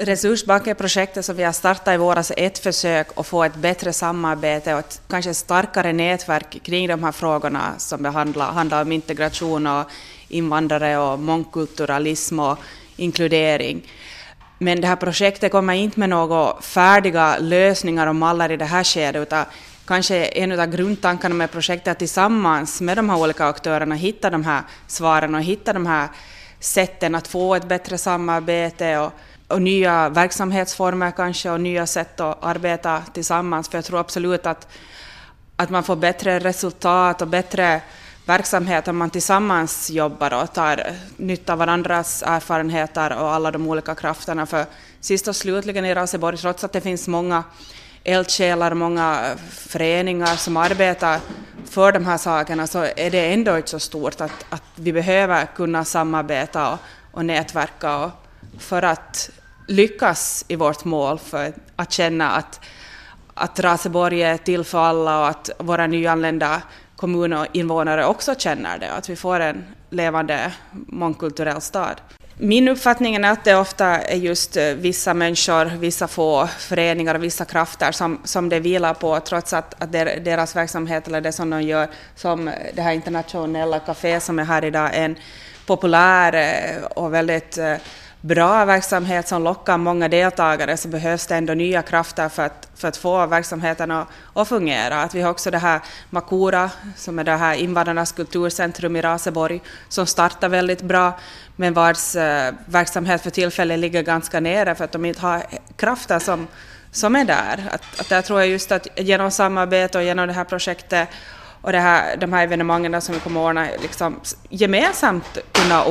Resursbanken-projektet som vi har startat i våras är ett försök att få ett bättre samarbete och ett kanske starkare nätverk kring de här frågorna som handlar om integration och invandrare och mångkulturalism och inkludering. Men det här projektet kommer inte med några färdiga lösningar och mallar i det här skedet, utan kanske en av grundtankarna med projektet är tillsammans med de här olika aktörerna hitta de här svaren och hitta de här sätten att få ett bättre samarbete och nya verksamhetsformer kanske och nya sätt att arbeta tillsammans. För jag tror absolut att man får bättre resultat och bättre verksamhet om man tillsammans jobbar och tar nytta av varandras erfarenheter och alla de olika krafterna. För sist och slutligen i Raseborg, trots att det finns många eldsjälar, många föreningar som arbetar för de här sakerna, så är det ändå inte så stort att vi behöver kunna samarbeta och nätverka för att lyckas i vårt mål, för att känna att Raseborg är till för alla och att våra nyanlända kommuner och invånare också känner det, att vi får en levande mångkulturell stad. Min uppfattning är att det ofta är just vissa människor, vissa få föreningar och vissa krafter som det vilar på, trots att deras verksamhet eller det som de gör, som det här internationella café som är här idag, är en populär och väldigt bra verksamhet som lockar många deltagare, så behövs det ändå nya krafter för att få verksamheten att fungera. Att vi har också det här Makura, som är det här invandrarnas kulturcentrum i Raseborg, som startar väldigt bra, men vars verksamhet för tillfället ligger ganska nere för att de inte har krafter som är där. Att jag tror just att genom samarbete och genom det här projektet och de här evenemangen som vi kommer att ordna, liksom gemensamt kunna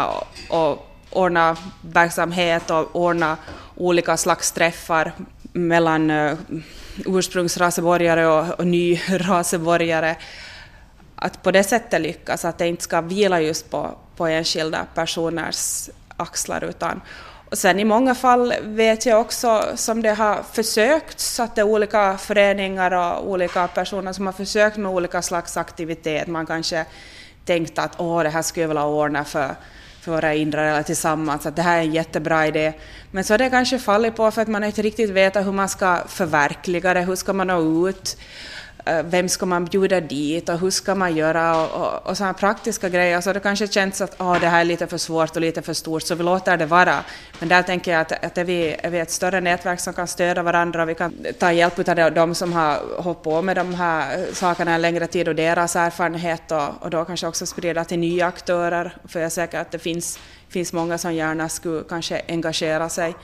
ordna verksamhet och ordna olika slags träffar mellan ursprungsraseborgare och ny-raseborgare. Att på det sättet lyckas, att det inte ska vila just på enskilda personers axlar. Och sen i många fall vet jag också, som det har försökt, att det är olika föreningar och olika personer som har försökt med olika slags aktivitet. Man kanske tänkt att det här skulle jag vilja ordna för våra invandrare tillsammans, att det här är en jättebra idé. Men så har det kanske fallit på för att man inte riktigt vet hur man ska förverkliga det, hur ska man nå ut, vem ska man bjuda dit och hur ska man göra och sådana praktiska grejer. Så det kanske känns att det här är lite för svårt och lite för stort, så vi låter det vara. Men där tänker jag att är vi ett större nätverk som kan stödja varandra och vi kan ta hjälp av de som har hållit på med de här sakerna en längre tid och deras erfarenhet och då kanske också sprida till nya aktörer. För jag är säker att det finns många som gärna skulle kanske engagera sig.